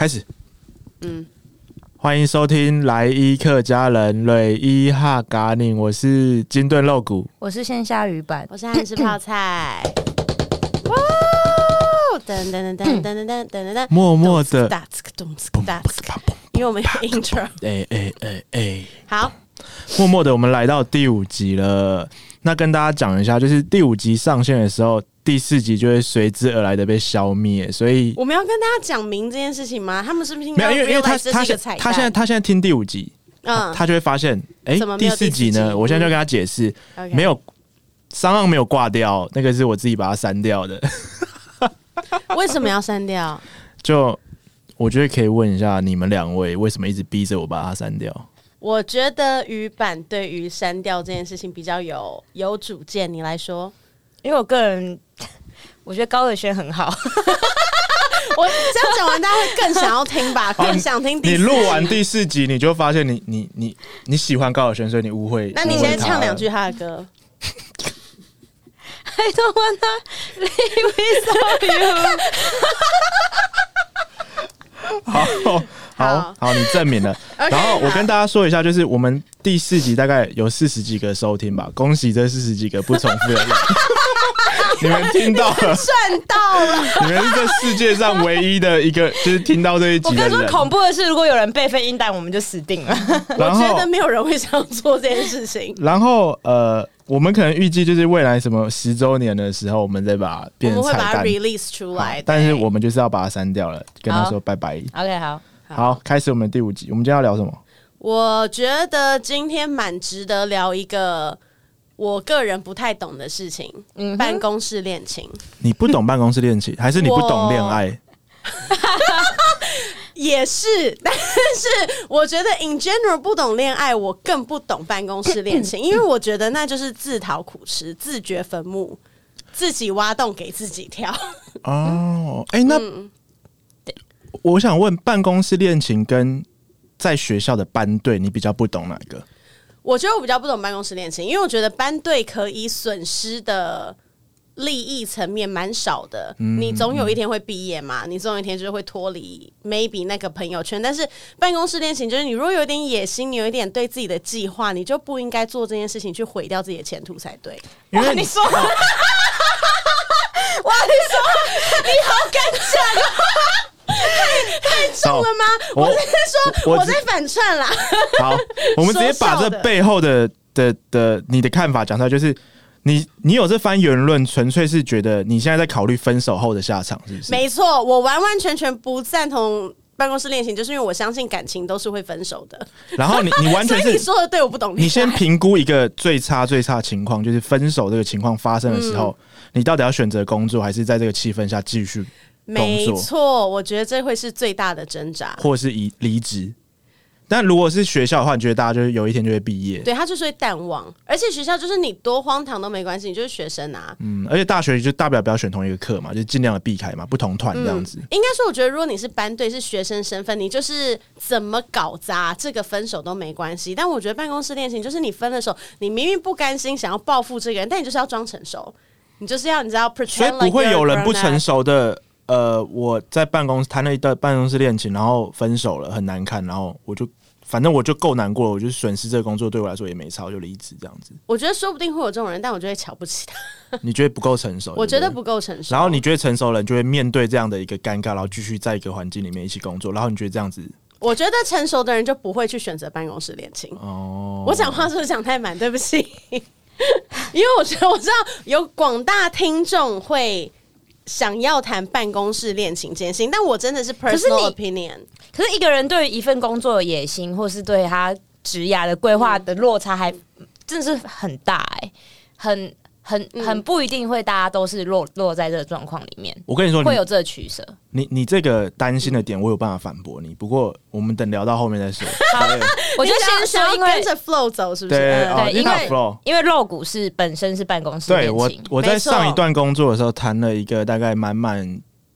开始。欢迎收听来伊客家人瑞伊哈嘎宁，我是金炖肉骨， 我是鲜虾鱼板， 我是韩式泡菜。哇！噔噔噔噔噔噔噔噔， 默默的， 因为我们有 intro。好， 默默的，我们来到第5集了。那跟大家讲一下，就是第5集上线的时候，第4集就会随之而来的被消灭，所以我们要跟大家讲明这件事情吗？他们是不是应该没有？因为他现在听第5集，他就会发现，第4集呢，我现在就跟他解释，没有商岸没有挂掉，那个是我自己把它删掉的。 为什么要删掉？ 就我觉得可以问一下你们2位，为什么一直逼着我把它删掉？ 我觉得鱼板对于删掉这件事情比较有主见，你来说。 因为我个人我觉得高尔宣很好。 我这样讲完，大家会更想要听吧，更想听第4集。 你录完第4集，你就发现你喜欢高尔宣，所以你误会。 那你先唱2句他的歌。 I don't wanna live without you 好，你证明了。然后我跟大家说一下，就是我们第4集大概有40几个收听吧，恭喜这40几个不重复的人。你们听到了， 赚到了！ 你们是这世界上唯一的一个，就是听到这一集的人。 我跟你说，恐怖的是，如果有人备份音档，我们就死定了。 我觉得没有人会想做这件事情。 然后我们可能预计就是未来什么10周年的时候，我们再把它变成彩蛋， 我们会把它 release 出来。 但是我们就是要把它删掉了，跟他说拜拜。 OK， 好，开始我们第5集。我们今天要聊什么？ 我觉得今天蛮值得聊一个我个人不太懂的事情，办公室恋情。 你不懂办公室恋情，还是你不懂恋爱？ 也是，但是我觉得 in general 不懂恋爱，我更不懂办公室恋情，因为我觉得那就是自讨苦吃、自掘坟墓、自己挖洞给自己跳。 哦，那我想问，办公室恋情跟在学校的班队，你比较不懂哪个？ 我觉得我比较不懂办公室恋情，因为我觉得班队可以损失的利益层面蛮少的。你总有一天会毕业嘛，你总有一天就是会脱离 maybe 那个朋友圈。但是办公室恋情就是你如果有点野心，你有一点对自己的计划，你就不应该做这件事情去毁掉自己的前途才对。 哇，你说，哇，你说，你好敢讲。太重了吗？我在说我在反串啦。 好，我们直接把这背后的你的看法讲出来，就是你有这番言论，纯粹是觉得你现在在考虑分手后的下场，是不是？ 没错，我完完全全不赞同办公室恋情，就是因为我相信感情都是会分手的。 然后你完全是你说的对，我不懂。 你先评估一个最差的情况，就是分手这个情况发生的时候，你到底要选择工作，还是在这个气氛下继续？ 没错，我觉得这会是最大的挣扎， 或是离职。但如果是学校的话，你觉得大家就是有一天就会毕业？ 对，他就是会淡忘。而且学校就是你多荒唐都没关系，你就是学生啊。 而且大学就大不了不要选同一个课嘛，就尽量的避开嘛，不同团这样子。 应该说，我觉得如果你是班队，是学生身份，你就是怎么搞砸这个分手都没关系。但我觉得办公室恋情就是你分了手，你明明不甘心想要报复这个人，但你就是要装成熟，你就是要你知道 pretend， 所以不会有人不成熟的。我在办公室谈了一段办公室恋情，然后分手了，很难看，然后反正我就够难过了，我就损失这个工作，对我来说也没差，就离职这样子。 我觉得说不定会有这种人，但我就会瞧不起他。 你觉得不够成熟？ 我觉得不够成熟。 然后你觉得成熟人就会面对这样的一个尴尬，然后继续在一个环境里面一起工作，然后你觉得这样子？ 我觉得成熟的人就不会去选择办公室恋情。哦，我讲话是不是讲太满？对不起，因为我知道有广大听众会想要谈办公室恋情这件事情，但我真的是 personal opinion。 可是一个人对于一份工作的野心，或是对他职涯的规划的落差，还真的是很大很不一定会大家都是落在这个状况里面。 我跟你说， 会有这个取舍。 你这个担心的点，我有办法反驳你。不过我们等聊到后面再说。 我就先说，因为跟着 flow 走，是不是？ 对， 因为肉骨是本身是办公室恋情。 对，我在上一段工作的时候谈了一个大概满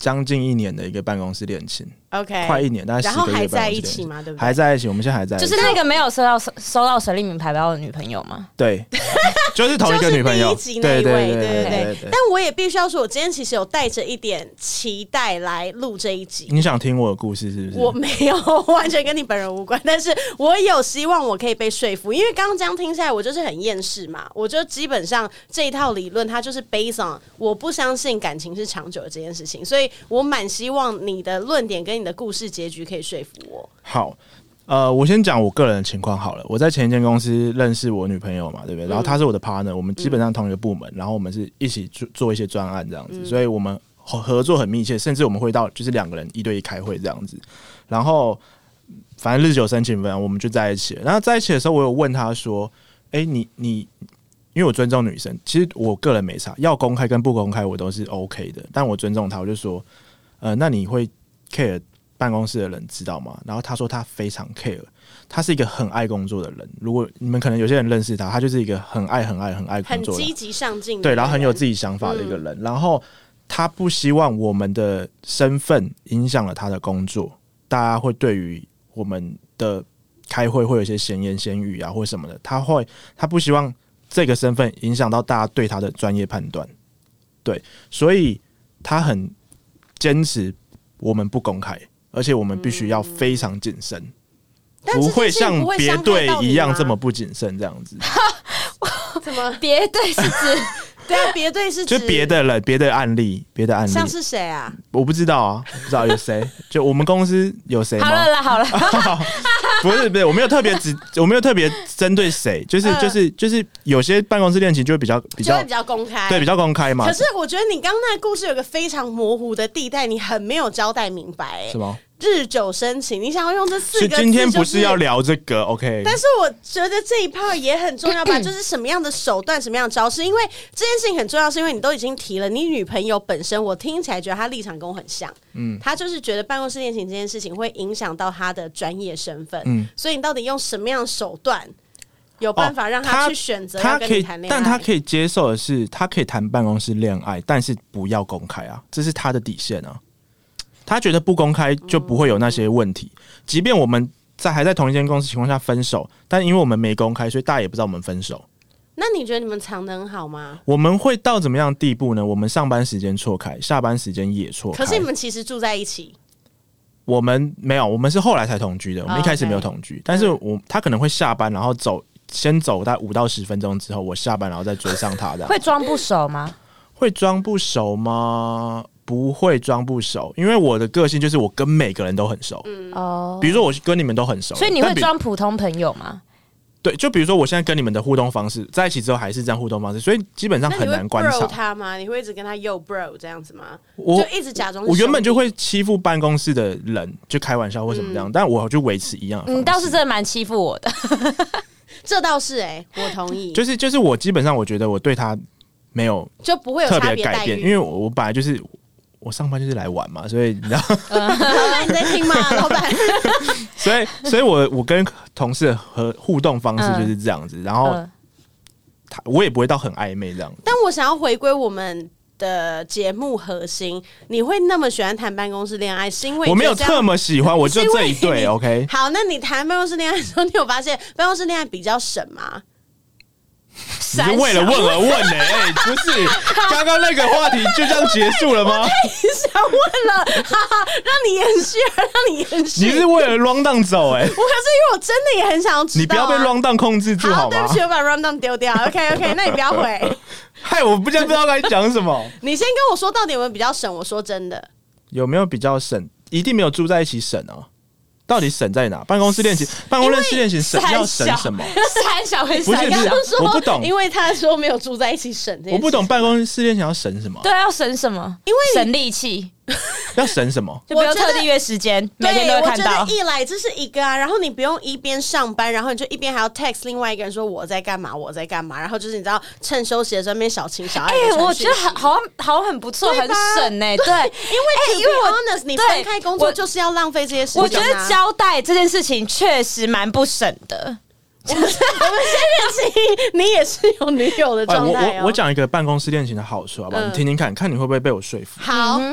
将近1年的一个办公室恋情。 OK， 快1年，大概10个月。 然后还在一起吗？对不对？ 还在一起，我们现在还在一起。 就是那个没有收到神力名牌包的女朋友吗？ 对，就是同一个女朋友。 就是第一集那一位， 对。 但我也必须要说，我今天其实有带着一点期待来录这一集。 你想听我的故事是不是？ 我没有，完全跟你本人无关。但是我有希望我可以被说服，因为刚刚这样听下来，我就是很厌世嘛。我就基本上这一套理论，它就是 based on 我不相信感情是长久的这件事情，所以我蛮希望你的论点跟你的故事结局可以说服我。 好，我先讲我个人的情况好了。我在前一间公司认识我女朋友嘛，对不对？然后她是我的 partner，我们基本上同一个部门，然后我们是一起做一些专案这样子，所以我们合作很密切，甚至我们会到就是2个人1对1开会这样子。然后反正日久生情，我们就在一起了。然后在一起的时候，我有问她说：“你，因为我尊重女生，其实我个人没差，要公开跟不公开我都是 OK 的，但我尊重她，我就说，那你会 care办公室的人知道吗？然后他说他非常 care， 他是一个很爱工作的人。如果你们可能有些人认识他，他就是一个很爱工作的人， 很积极上进的， 对，然后很有自己想法的一个人。然后他不希望我们的身份影响了他的工作，大家会对于我们的开会会有一些闲言闲语啊或什么的，他不希望这个身份影响到大家对他的专业判断。对，所以他很坚持我们不公开。而且我们必须要非常谨慎，不会像别队一样这么不谨慎这样子。 怎么别队是指？ 对啊，别队是指就别的人、别的案例， 像是谁啊？ 我不知道啊，不知道有谁。就我们公司有谁吗？ 好了， 不是，我没有特别针对谁，就是有些办公室恋情就会比较公开， 对，比较公开嘛。 可是我觉得你刚刚那个故事有个非常模糊的地带，你很没有交代明白， 是吗？ 日久生情，你想要用这4个字， 今天不是要聊这个 ，OK？ 但是我觉得这一 part 也很重要吧，就是什么样的手段、什么样的招式，因为这件事情很重要，是因为你都已经提了，你女朋友本身，我听起来觉得她立场跟我很像，她就是觉得办公室恋情这件事情会影响到她的专业身份，所以你到底用什么样的手段？有办法让她去选择要跟你谈恋爱， 但她可以接受的是，她可以谈办公室恋爱，但是不要公开啊，这是她的底线啊。他觉得不公开就不会有那些问题，即便我们还在同一间公司情况下分手，但因为我们没公开，所以大家也不知道我们分手。 那你觉得你们藏得很好吗？ 我们会到怎么样的地步呢？我们上班时间错开，下班时间也错开。 可是你们其实住在一起。 我们没有，我们是后来才同居的，我们一开始没有同居。但是他可能会下班，然后先走大概5到10分钟之后，我下班然后再追上他的。 会装不熟吗？ 会装不熟吗？不会装不熟，因为我的个性就是我跟每个人都很熟。比如说我跟你们都很熟， 所以你会装普通朋友吗？ 对，就比如说我现在跟你们的互动方式在一起之后还是这样互动方式，所以基本上很难观察。 那你会 bro 他吗？你会一直跟他 yo bro 这样子吗？就一直假装。 我原本就会欺负办公室的人，就开玩笑或什么这样，但我就维持一样的方式。 你倒是真的蛮欺负我的， 这倒是我同意。 就是我基本上我觉得我对他没有就不会有特别别改变，因为我本来就是我上班就是来玩嘛，所以你知道。 你在听吗，老板？ 所以我跟同事和互动方式就是这样子，然后我也不会到很暧昧这样。 但我想要回归我们的节目核心，你会那么喜欢谈办公室恋爱，是因为我没有特么喜欢，我就这一对 OK。 好，那你谈办公室恋爱的时候，你有发现办公室恋爱比较省吗？ 你是为了问而问呢？不是，刚刚那个话题就这样结束了吗？ 我太想问了，让你延续。 你是为了 round down 走我可是因为我真的也很想要知道， 你不要被 round down 控制住好吗？ 对不起，我把 round down 丢掉。OK， 那你不要回。 害我不知道该讲什么。 你先跟我说，到底有没有比较省？我说真的， 有没有比较省？一定没有住在一起省哦。到底省在哪？办公室恋情省要省什么？ 三小会不是，我不懂， 因为他说没有住在一起省， 我不懂办公室恋情要省什么？ 对，要省什么？ 因为省力气。 要省什么？ 就不用特地约时间，每天都会看到。 我觉得一来这是一个啊，然后你不用一边上班，然后你就一边还要 text 另外一个人说我在干嘛，然后就是你知道趁休息的时候那边小情小爱。 我觉得好像很不错，很省对， 因为我 honest， 你分开工作就是要浪费这些时间。 我觉得交代这件事情确实蛮不省的。 我们先认清，你也是有女友的状态我讲一个办公室恋情的好处好不好？你听听看，看你会不会被我说服。 好。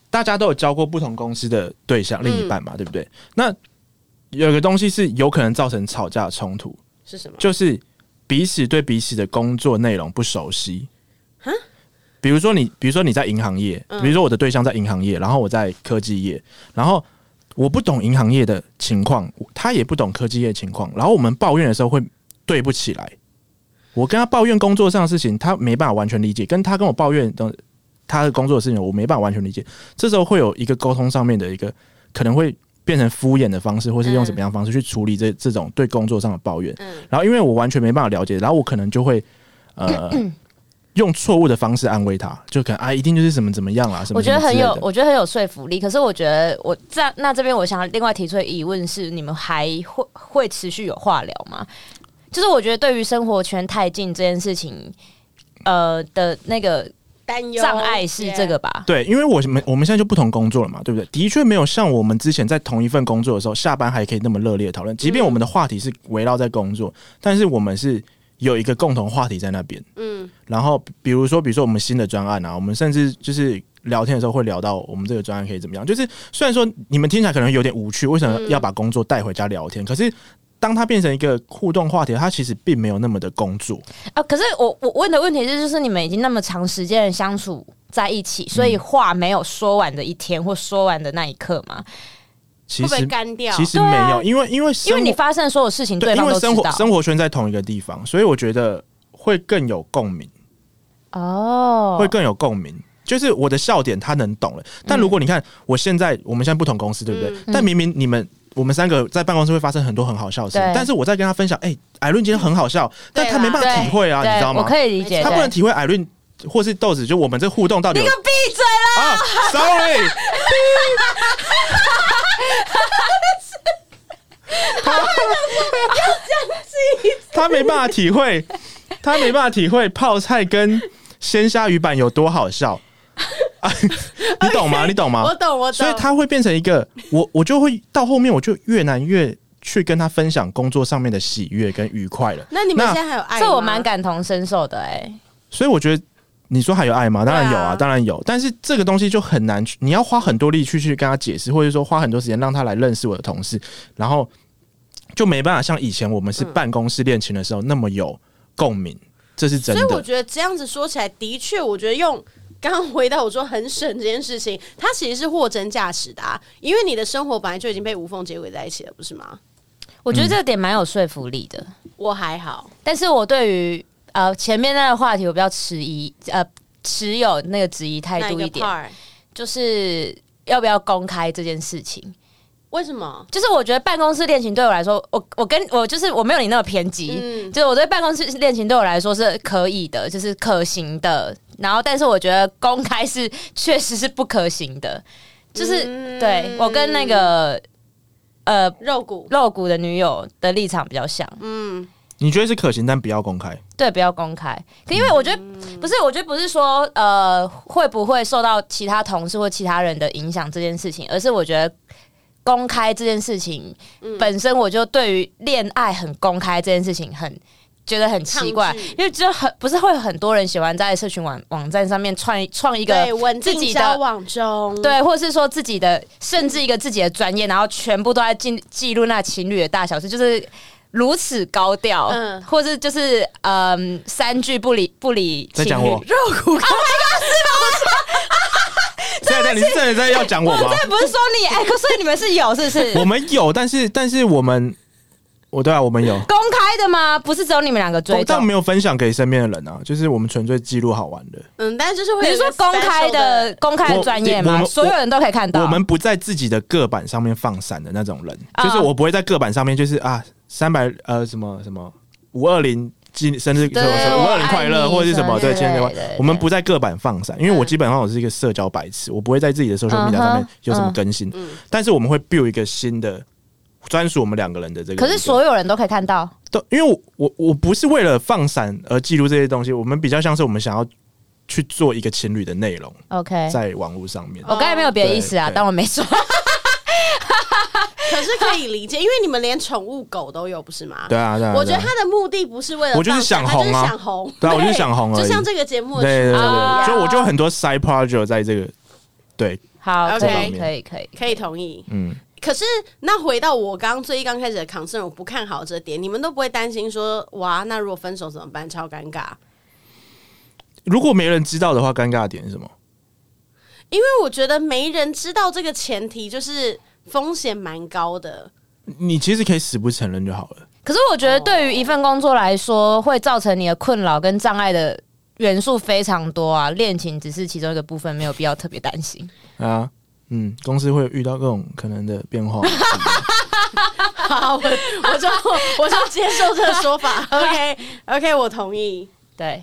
大家都有交过不同公司的对象另一半嘛，对不对？那有个东西是有可能造成吵架的冲突， 是什么？ 就是彼此对彼此的工作内容不熟悉。比如说你在银行业，比如说我的对象在银行业，然后我在科技业，然后我不懂银行业的情况，他也不懂科技业的情况，然后我们抱怨的时候会对不起来。我跟他抱怨工作上的事情，他没办法完全理解；跟他跟我抱怨他的工作的事情，我没办法完全理解。这时候会有一个沟通上面的一个可能会变成敷衍的方式，或是用什么样的方式去处理这种对工作上的抱怨。然后因为我完全没办法了解，然后我可能就会用错误的方式安慰他，就可能一定就是怎么样啦，什么我觉得很有说服力。可是我觉得这边我想另外提出的疑问是，你们还会持续有话聊吗？就是我觉得对于生活圈太近这件事情，的那个担忧障碍是这个吧？ 对，因为我们现在就不同工作了嘛，对不对？的确没有像我们之前在同一份工作的时候，下班还可以那么热烈的讨论。即便我们的话题是围绕在工作，但是我们是有一个共同话题在那边。然后比如说我们新的专案啊，我们甚至就是聊天的时候会聊到我们这个专案可以怎么样。就是虽然说你们听起来可能有点无趣，为什么要把工作带回家聊天？可是当它变成一个互动话题，它其实并没有那么的工作可是我问的问题是，就是你们已经那么长时间的相处在一起，所以话没有说完的一天或说完的那一刻吗？ 会不会干掉？ 其实没有，因为你发生所有事情，对方都知道。 因为生活圈在同一个地方，所以我觉得会更有共鸣。会更有共鸣。就是我的笑点他能懂了，但如果你看我们现在不同公司，对不对？但明明我们三个在办公室会发生很多很好笑的事情，但是我在跟他分享，艾伦今天很好笑，但他没办法体会啊，你知道吗？ 我可以理解， 他不能体会艾伦或是豆子，就我们这互动到底有。 你个闭嘴啦 ！Sorry。他没办法体会泡菜跟鲜虾鱼板有多好笑。你懂吗？你懂吗？ 我懂。 所以他会变成一个我就会到后面，我就越难越去跟他分享工作上面的喜悦跟愉快了。 那你们现在还有爱吗？ 这我蛮感同身受的所以我觉得你说还有爱吗？当然有啊，当然有。但是这个东西就很难，你要花很多力去跟他解释，或者说花很多时间让他来认识我的同事，然后就没办法像以前我们是办公室恋情的时候那么有共鸣。这是真的。 所以我觉得这样子说起来，的确，我觉得用刚刚回到我说很省这件事情，它其实是货真价实的因为你的生活本来就已经被无缝接轨在一起了，不是吗？ 我觉得这个点蛮有说服力的。 我还好， 但是我对于前面那个话题我比较持有那个质疑态度一点，就是要不要公开这件事情。 为什么？ 就是我觉得办公室恋情对我来说，我就是我没有你那么偏激，就是我对办公室恋情对我来说是可以的，就是可行的。然后，但是我觉得公开是确实是不可行的。就是对我跟那个肉骨的女友的立场比较像。 你觉得是可行，但不要公开？ 对，不要公开。可因为我觉得我觉得不是说会不会受到其他同事或其他人的影响这件事情，而是我觉得公开这件事情本身，我就对于恋爱很公开这件事情觉得很奇怪，因为就不是会有很多人喜欢在社群网站上面创一个自己的交往中， 对，或者是说自己的甚至一个自己的专业，然后全部都在记录那情侣的大小事，就是如此高调，或是就是3句不离在讲我肉骨。 Oh my god， 是吗？ 你是真的在要讲我吗？ 我不是说你，所以你们是有是不是？ 我们有，但是我们我们有公开的吗？不是只有你们两个追踪， 但没有分享给身边的人啊，就是我们纯粹记录好玩的。 但是就是会有你是说公开的专业吗？所有人都可以看到。 我们不在自己的个板上面放闪的那种人，就是我不会在个板上面就是300什么520。生日520快乐，或者是什么对，我们不在个板放闪，因为我基本上我是一个社交白痴，我不会在自己的 social media 上面有什么更新，但是我们会 build 一个新的专属我们2个人的这个。 可是所有人都可以看到， 因为我不是为了放闪而记录这些东西，我们比较像是我们想要去做一个情侣的内容 ，OK， 在网络上面。 我刚才没有别的意思啊，当我没说。 可是可以理解，因为你们连宠物狗都有，不是吗？ 对啊。 我觉得他的目的不是为了放闪， 我就是想红啊，对啊，我就是想红而已。 就像这个节目的对，所以我就很多 side project 在这个对好，可 ，OK， 可以同意。可是那回到我最刚开始的 concern， 我不看好这点，你们都不会担心说，哇，那如果分手怎么办？超尴尬。 如果没人知道的话，尴尬的点是什么？ 因为我觉得没人知道这个前提就是风险蛮高的。 你其实可以死不承认就好了。 可是我觉得对于一份工作来说，会造成你的困扰跟障碍的元素非常多啊，恋情只是其中一个部分，没有必要特别担心啊。公司会遇到各种可能的变化。 好，我就接受这个说法。OK， 我同意。 对，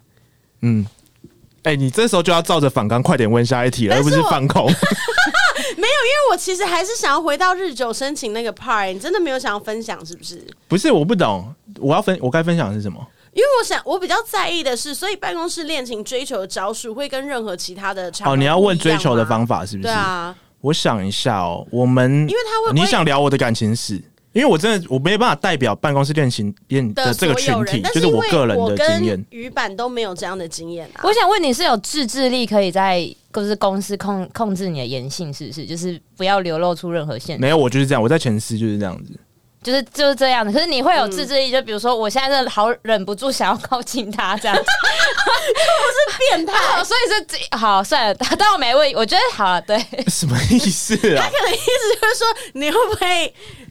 你这时候就要照着反纲快点问下一题了，而不是放空。 没有，因为我其实还是想要回到日久生情那个 part， 你真的没有想要分享是不是？ 不是，我不懂，我该分享的是什么？ 因为我比较在意的是，所以办公室恋情追求的招数会跟任何其他的场合你要问追求的方法是不是？ 对啊， 我想一下我们因为他会不会你想聊我的感情史？因为我没办法代表办公室恋情的这个群体，就是我个人的经验。 鱼板都没有这样的经验啊。 我想问你是有自制力可以在就是公司控制你的言行，是不是？就是不要流露出任何线。 没有，我就是这样，我在前司就是这样子。就是这样的，可是你会有自制力，就比如说我现在真的好忍不住想要靠近他这样子， 不是变态， 所以是好算了，当我没问，我觉得好了，对， 什么意思啊？ 他可能意思就是说你会不会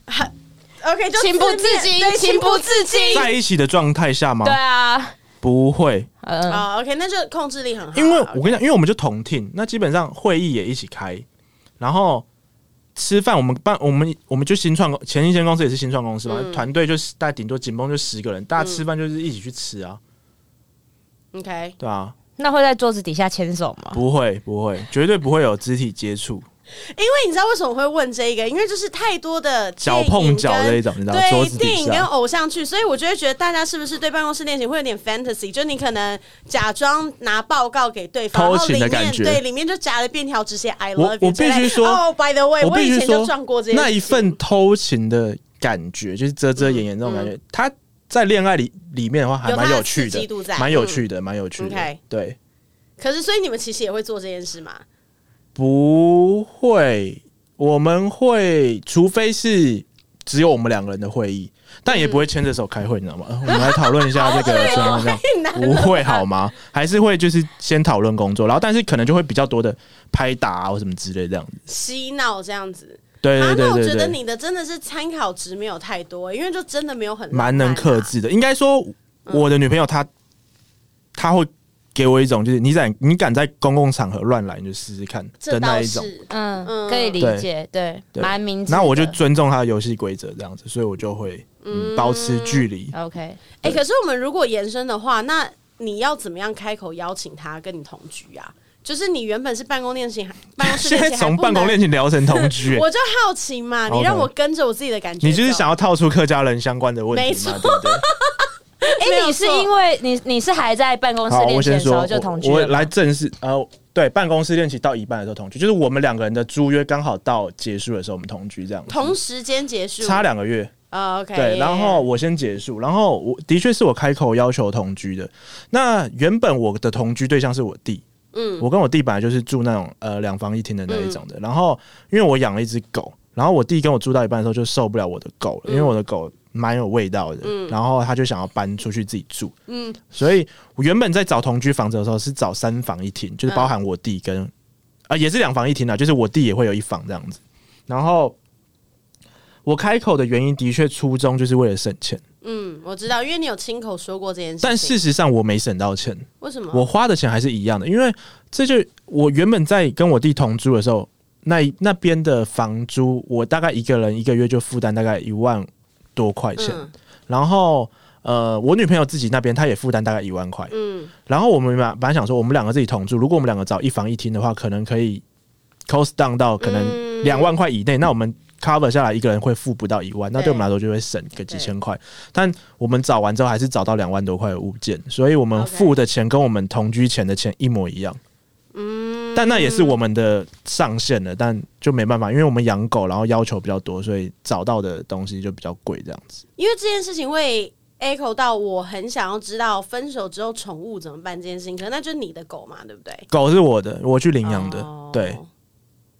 OK 就情不自禁，情不自禁在一起的状态下吗？ 对啊， 不会。 OK， 那就控制力很好。 因为我跟你讲，因为我们就同team，那基本上会议也一起开，然后。吃饭，我们就新创前一间公司也是新创公司嘛，团队就是大概顶多紧绷就10个人，大家吃饭就是一起去吃啊。 OK， 对啊。 那会在桌子底下牵手吗？ 不会，绝对不会有肢体接触。 因为你知道为什么会问这个？因为就是太多的脚碰脚那一种，你知道， 对电影跟偶像剧，所以我就会觉得大家是不是对办公室恋情会有点 fantasy？ 就你可能假装拿报告给对方， 偷情的感觉， 对，里面就夹了便条纸写 I love you。 我必须说哦 ，by the way， 我以前就撞过这些。 那一份偷情的感觉，就是遮遮掩掩这种感觉，他在恋爱里面的话还蛮有趣的，蛮有趣的。 OK， 对。 可是，所以你们其实也会做这件事吗？ 不会，我们会，除非是只有我们2个人的会议，但也不会牵着手开会，你知道吗？我们来讨论一下这个状况，这样不会好吗？还是会就是先讨论工作，然后但是可能就会比较多的拍打或什么之类这样子， 嬉闹这样子。 对， 那我觉得你的真的是参考值没有太多，因为就真的没有很蛮能克制的。应该说，我的女朋友她会。给我一种就是你敢在公共场合乱来，你就试试看的那一种， 可以理解，对，蛮明智的。 那我就尊重他的游戏规则这样子，所以我就会保持距离。 OK， 可是我们如果延伸的话，那你要怎么样开口邀请他跟你同居啊？就是你原本是办公室恋情， 现在从办公恋情聊成同居， 我就好奇嘛，你让我跟着我自己的感觉， 你就是想要套出客家人相关的问题嘛，对不对？ 你是因为你是还在办公室恋情的时候就同居了吗？ 我来正式对，办公室恋情到一半的时候同居，就是我们2个人的租约刚好到结束的时候，我们同居这样子， 同时间结束， 差2个月。 OK， 对，然后我先结束，然后我的确是我开口要求同居的。那原本我的同居对象是我弟，我跟我弟本来就是住那种2房1厅的那一种的。然后因为我养了一只狗，然后我弟跟我住到一半的时候就受不了我的狗了，因为我的狗蛮有味道的，然后他就想要搬出去自己住，所以我原本在找同居房子的时候是找3房1厅，就是包含我弟跟也是2房1厅啦，就是我弟也会有1房这样子。然后我开口的原因的确初衷就是为了省钱， 我知道，因为你有亲口说过这件事情， 但事实上我没省到钱。 为什么？ 我花的钱还是一样的，因为这就我原本在跟我弟同住的时候，那边的房租我大概一个人1个月就负担大概1万多块钱，然后我女朋友自己那边她也负担大概1万块，然后我们本来想说我们2个自己同住，如果我们2个找1房1厅的话，可能可以 cost down 到可能2万块以内，那我们 cover 下来一个人会付不到1万，那对我们来说就会省个几千块。但我们找完之后还是找到2万多块的物件，所以我们付的钱跟我们同居前的钱一模一样。但那也是我们的上限了，但就没办法，因为我们养狗，然后要求比较多，所以找到的东西就比较贵，这样子。 因为这件事情会 echo 到我很想要知道分手之后宠物怎么办这件事情，可能那就是你的狗嘛，对不对？ 狗是我的，我去领养的，对。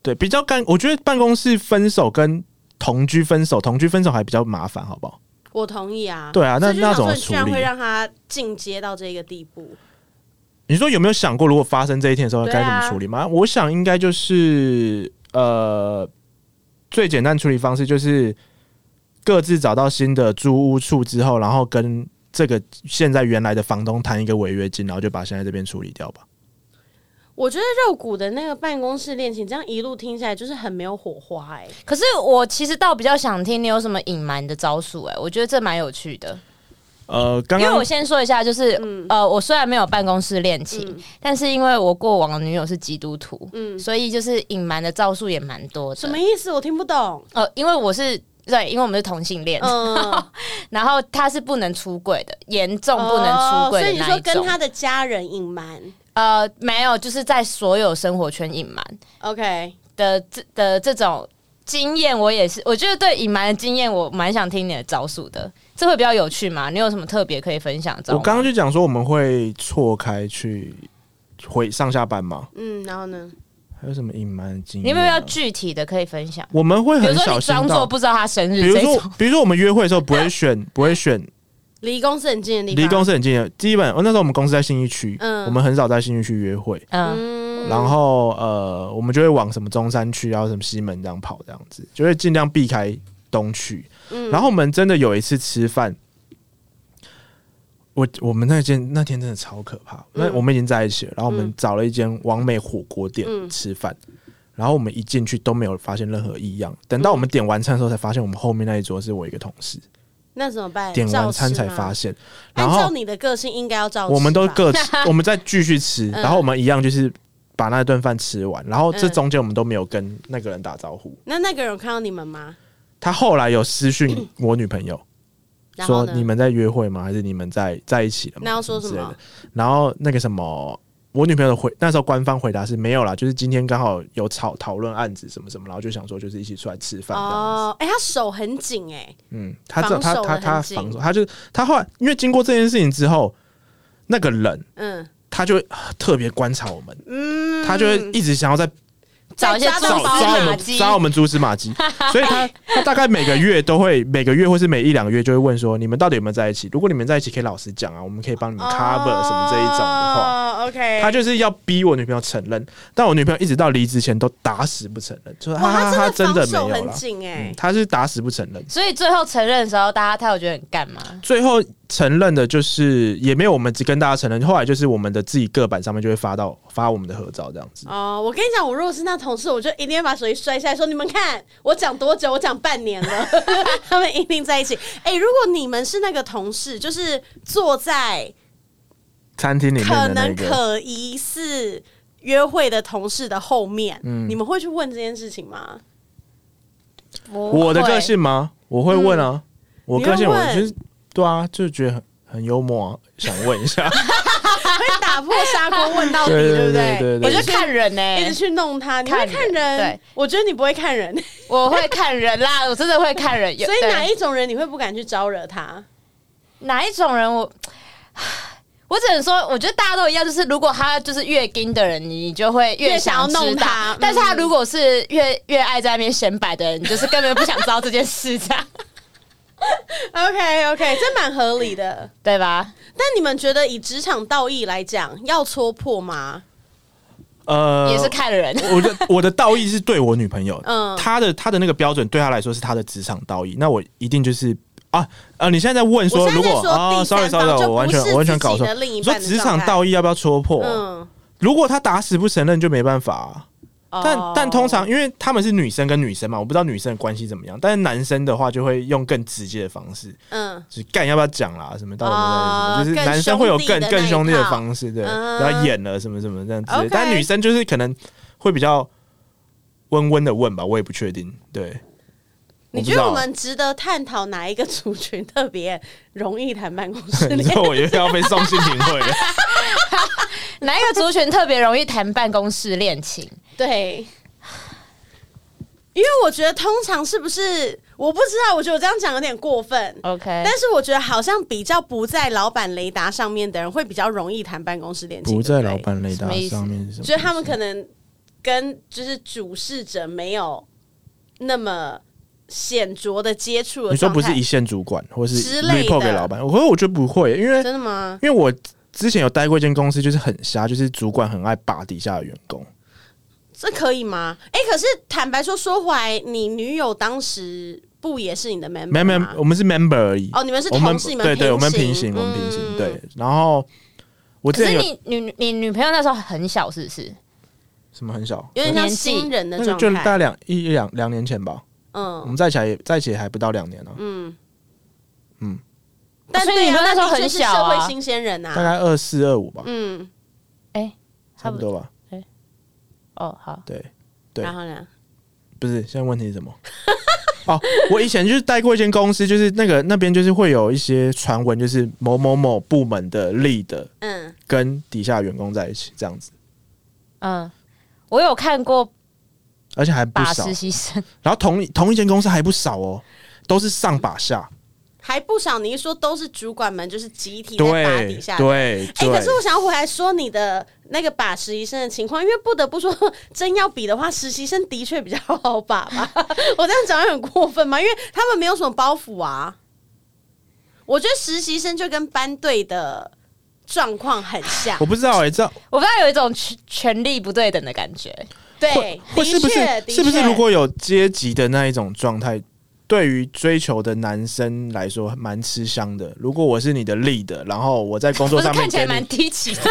对，比较我觉得办公室分手跟同居分手还比较麻烦，好不好？ 我同意啊。 对啊，那怎么处理？ 居然会让他进阶到这个地步？ 你说有没有想过，如果发生这一天的时候该怎么处理吗？我想应该就是最简单处理方式就是各自找到新的租屋处之后，然后跟这个现在原来的房东谈一个违约金，然后就把现在这边处理掉吧。 我觉得肉骨的那个办公室恋情，这样一路听起来就是很没有火花可是我其实倒比较想听你有什么隐瞒的招数我觉得这蛮有趣的。 刚刚因为我先说一下，就是我虽然没有办公室恋情，但是因为我过往的女友是基督徒，所以就是隐瞒的招数也蛮多的。 什么意思？我听不懂。 因为因为我们是同性恋，然后他是不能出柜的，严重不能出柜的那一种。 所以你说跟他的家人隐瞒？ 没有，就是在所有生活圈隐瞒。 OK 的这种经验，我也是，我觉得对隐瞒的经验，我蛮想听你的招数的，这会比较有趣吗？你有什么特别可以分享的招数？ 我刚刚就讲说我们会错开去回上下班嘛， 然后呢？ 还有什么隐瞒的经验？ 你有没有要具体的可以分享？ 我们会很小心到， 比如说你装作不知道他生日， 比如说我们约会的时候不会选离公司很近的地方， 离公司很近的。基本那时候我们公司在信义区，我们很少在信义区约会。然后我们就会往什么中山区，然后什么西门这样跑，这样子就会尽量避开东区。然后我们真的有一次吃饭，我们那天真的超可怕。那我们已经在一起了，然后我们找了一间完美火锅店吃饭。然后我们一进去都没有发现任何异样，等到我们点完餐的时候，才发现我们后面那一桌是我一个同事。 那怎么办？ 点完餐才发现。然后按照你的个性应该要照吃。 我们都各吃，我们再继续吃，然后我们一样就是把那顿饭吃完，然后这中间我们都没有跟那个人打招呼。 那个人有看到你们吗？ 他后来有私讯我女朋友，说你们在约会吗？还是你们在一起了吗？ 那要说什么？ 然后那个什么。我女朋友那时候官方回答是没有啦，就是今天刚好有讨论案子什么什么，然后就想说就是一起出来吃饭这样子。 他手很紧他防守，他后来因为经过这件事情之后，那个人他就会特别观察我们，他就会一直想要在找一些抓我们蛛丝马迹，所以他大概每个月或是每1-2个月就会问说你们到底有没有在一起？如果你们在一起，可以老实讲啊，我们可以帮你们 cover 什么这一种的话。 OK， 他就是要逼我女朋友承认，但我女朋友一直到离职前都打死不承认，就是他真的没有了，他是打死不承认。 所以最后承认的时候，他有觉得很干嘛？ 最后承认的就是也没有我们只跟大家承认，后来就是我们的自己个版上面就会发我们的合照这样子。 我跟你讲，我如果是那同事，我就一定会把手机摔下来说：“你们看，我讲多久？我讲半年了，他们一定在一起。”如果你们是那个同事，就是坐在餐厅里面的那个可疑似约会的同事的后面，你们会去问这件事情吗？ 我的个性吗？我会问啊，我个性我就是对啊，就觉得很幽默啊，想问一下。 会打破砂锅问到底，对不对？ 我就看人一直去弄他。你会看人？对，我觉得你不会看人， 我会看人啦，我真的会看人。 所以哪一种人你会不敢去招惹他？ 哪一种人我只能说，我觉得大家都一样，就是如果他就是越硬的人，你就会越想要弄他。但是他如果是越爱在那边显摆的人，你就是根本不想知道这件事，这样。 OK， 这蛮合理的， 对吧？ 但你们觉得以职场道义来讲，要戳破吗？ 也是看人。 我的道义是对我女朋友，她的那个标准对她来说是她的职场道义，那我一定就是你现在在问说，如果sorry， 我完全搞错。你说职场道义要不要戳破？如果她打死不承认，就没办法。但通常因为他们是女生跟女生嘛，我不知道女生的关系怎么样，但是男生的话就会用更直接的方式，就是干要不要讲啦，什么到底有没有什么，就是男生会有更兄弟的方式，对，不要演了什么什么这样子，但女生就是可能会比较温温的问吧，我也不确定，对。 你觉得我们值得探讨哪一个族群特别容易谈办公室恋情？ 你说我又要被送性平会了？ 哪一个族群特别容易谈办公室恋情？ 对，因为我觉得通常是不是我不知道，我觉得我这样讲有点过分。 OK， 但是我觉得好像比较不在老板雷达上面的人会比较容易谈办公室恋情。 不在老板雷达上面是什么？ 就是他们可能跟就是主事者没有那么显著的接触的你说状态， 不是一线主管或是之类的 report 给老板？我觉得不会，因为真的吗？ 因为我之前有待过一间公司，就是很瞎，就是主管很爱把底下的员工。 这可以吗？可是坦白说回来，你女友当时不也是你的 member 吗？ 没有，我们是 member 而已。 哦，你们是同事，你们对，我们平行，对。然后我之前有， 可是你女朋友那时候很小，是不是？ 什么很小？ 有点像新人的状态， 就大概两年前吧。我们在一起还不到2年呢。 但所以你们那时候很小啊， 社会新鲜人啊， 大概24、25吧。 差不多吧。 好， 对。 然后呢？ 不是，现在问题是什么？哦，我以前就是待过一间公司，就是那边就是会有一些传闻，就是某某某部门的 lead， 跟底下员工在一起这样子。 我有看过， 而且还不少把实习生， 然后同一间公司还不少哦，都是上把下， 还不少。你一说都是主管们，就是集体在把底下的。 对。 可是我想要回来说你的那个把实习生的情况，因为不得不说，真要比的话，实习生的确比较好把吧。我这样讲很过分吗？因为他们没有什么包袱啊。我觉得实习生就跟班队的状况很像。 我不知道我不知道有一种权力不对等的感觉。 对， 是不是如果有阶级的那一种状态，对于追求的男生来说蛮吃香的。如果我是你的 lead， 然后我在工作上面看起来蛮低级的，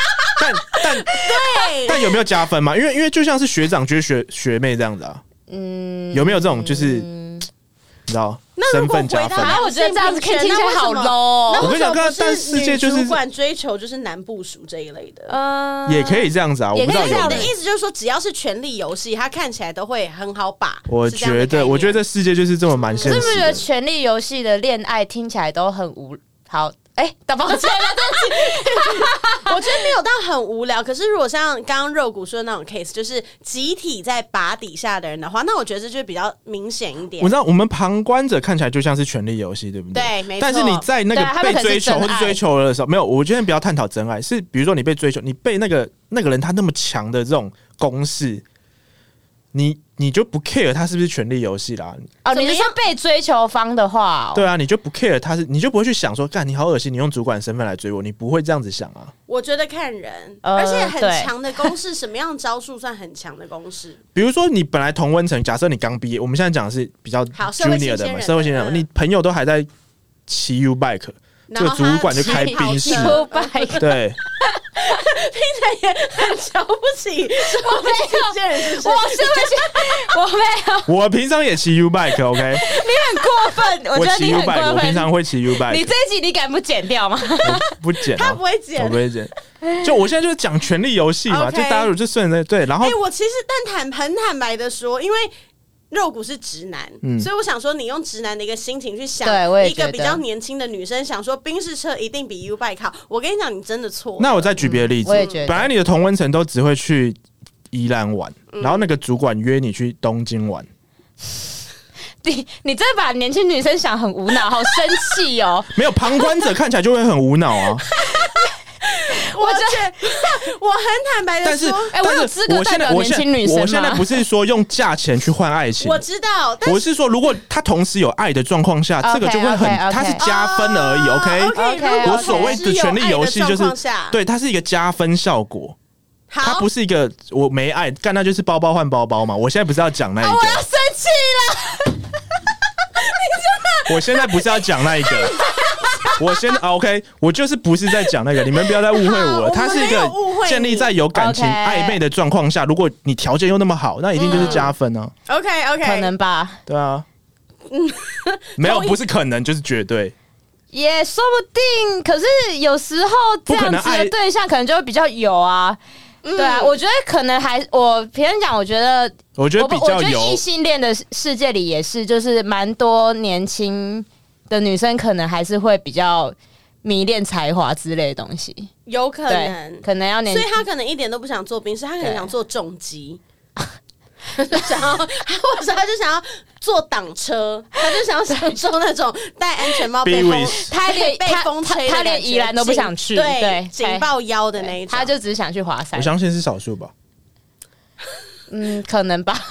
但有没有加分嘛？因为就像是学长追学妹这样子啊，有没有这种就是你知道身份加分？ 我觉得这样子看起来好 low。 我跟你讲，但世界就是主管追求就是男部属这一类的， 也可以这样子啊。我不知道有没有。 你的意思就是说，只要是权力游戏，它看起来都会很好把。 我觉得这世界就是这么蛮现实的。 是不是觉得权力游戏的恋爱听起来都很无好？打抱歉了，对不起。 我觉得没有到很无聊，可是如果像刚刚肉骨说的那种 case， 就是集体在把底下的人的话，那我觉得这就比较明显一点。 我知道我们旁观者看起来就像是权力游戏，对不对？ 对，没错。 但是你在那个被追求或者追求的时候，没有，我今天不要探讨真爱，是比如说你被追求，你被那个人他那么强的这种攻势，你就不 care 他是不是权力游戏啦？ 你是说被追求方的话？ 对啊，你就不 care 他是，你就不会去想说，干你好恶心，你用主管身份来追我，你不会这样子想啊。 我觉得看人，而且很强的公式，什么样的招数算很强的公式？ 比如说你本来同温层，假设你刚毕业，我们现在讲的是比较 junior 的嘛，社会新人，你朋友都还在骑 U bike， 这个主管就开宾士，对。 听起来也很瞧不起我们这些人，是不是？ 我没有， 我平常也骑 U bike，OK？ 你很过分，我觉得你很过分。 我平常会骑 U bike， 你这一集你敢不剪掉吗？ 不剪， 他不会剪， 我不会剪。就我现在就是讲权力游戏嘛，就大家就顺着对，然后我其实很坦白的说，因为肉骨是直男，所以我想说，你用直男的一个心情去想一个比较年轻的女生，想说宾士车一定比 U bike 好。我跟你讲，你真的错。 那我再举别的例子，本来你的同温层都只会去宜兰玩，然后那个主管约你去东京玩。 你真的把年轻女生想很无脑，好生气哦！ 没有，旁观者看起来就会很无脑啊。 我很坦白的说， 我有资格代表年轻女生吗？ 我现在不是说用价钱去换爱情， 我知道， 我是说，如果他同时有爱的状况下，这个就会很，它是加分而已。OK， 我所谓的权力游戏就是，对，它是一个加分效果。它不是一个我没爱干，那就是包包换包包嘛。我现在不是要讲那一个， 我要生气了。 我现在不是要讲那一个。我先 OK， 我就是不是在讲那个，你们不要再误会我了。它是一个建立在有感情暧昧的状况下，如果你条件又那么好，那一定就是加分啊。 OK， 可能吧？ 对啊，没有不是可能就是绝对， 也说不定。可是有时候这样子的对象可能就会比较有啊。对啊，我觉得可能我平常讲，我觉得比较有异性恋的世界里也是，就是蛮多年轻的女生可能还是会比较迷恋才华之类的东西， 有可能， 可能要年， 所以他可能一点都不想做兵士，他可能想做重机，或者他就想要坐挡车，他就想享受那种戴安全帽被风吹， 他连宜兰都不想去， 对，紧抱腰的那一种， 他就只想去华山。 我相信是少数吧。 可能吧。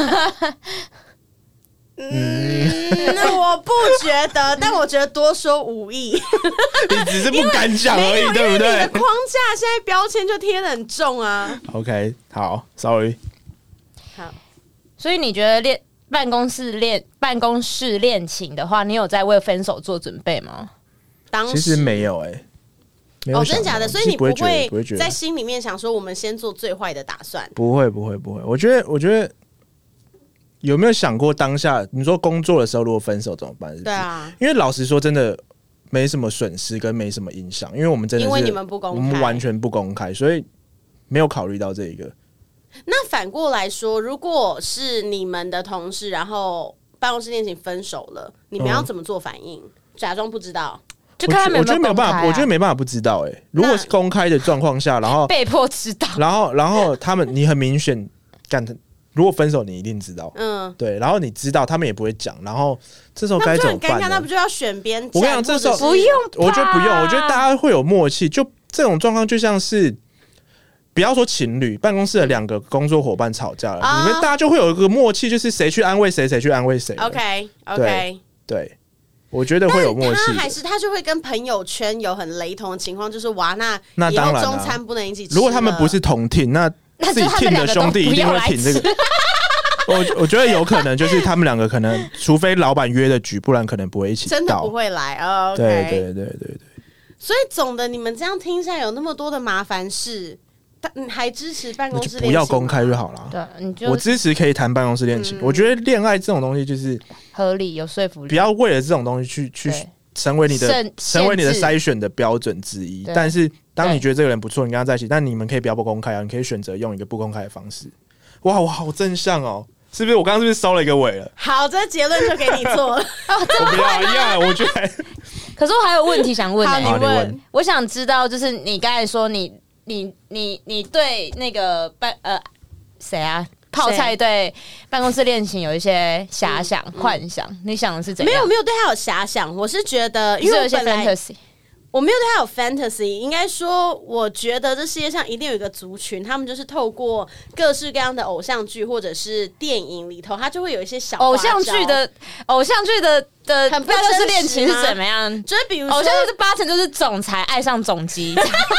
我不觉得，但我觉得多说无益。 你只是不敢讲而已，对不对？ 你的框架现在标签就贴得很重啊。 OK， 好 ，Sorry。 好， 所以你觉得办公室恋情的话，你有在为分手做准备吗？ 其实没有没有真的假的？所以你不会觉得在心里面想说，我们先做最坏的打算。 不会。我觉得有没有想过当下？你说工作的时候如果分手怎么办？ 对啊， 因为老实说，真的没什么损失跟没什么影响，因为我们真的是因为你们不公开， 我们完全不公开，所以没有考虑到这一个。 那反过来说，如果是你们的同事，然后办公室恋情分手了，你们要怎么做反应？假装不知道？ 就看他们有没有公开啊。 我觉得没办法不知道如果是公开的状况下，然后被迫知道， 然后你很明显如果分手，你一定知道，对，然后你知道，他们也不会讲，然后这时候该怎么办呢？ 那不就很尴尬？那不就要选边站？ 我跟你讲，这时候不用， 我觉得不用，我觉得大家会有默契。就这种状况，就像是不要说情侣，办公室的2个工作伙伴吵架了，你们大家就会有一个默契，就是谁去安慰谁，谁去安慰谁。 OK， 对，我觉得会有默契。 他就会跟朋友圈有很雷同的情况，就是哇，那以后中餐不能一起吃。 如果他们不是同team，那自己 team 的兄弟一定会挺这个。我觉得有可能就是他们2个可能，除非老板约的局，不然可能不会一起到， 真的不会来。 对。 所以总的，你们这样听下来有那么多的麻烦事，还支持办公室恋情吗？ 不要公开就好了。 对， 我支持可以谈办公室恋情。我觉得恋爱这种东西就是合理有说服力， 不要为了这种东西去成为你的筛选的标准之一。但是当你觉得这个人不错，你跟他在一起，但你们可以不要不公开啊，你可以选择用一个不公开的方式。哇，我好正向哦！是不是我刚刚是不是收了一个尾了？ 好，这结论就给你做了。 我不要一样，我觉得。 可是我还有问题想问好，你问。 我想知道，就是你刚才说你对那个谁啊？泡菜对办公室恋情有一些遐想、幻想，你想的是怎样？ 没有对他有遐想，我是觉得，因为有一些 fantasy。 我没有对他有 fantasy， 应该说，我觉得这世界上一定有一个族群，他们就是透过各式各样的偶像剧或者是电影里头，他就会有一些小偶像剧的办公室恋情是怎么样？ 就是比如说， 偶像剧8成就是总裁爱上总机。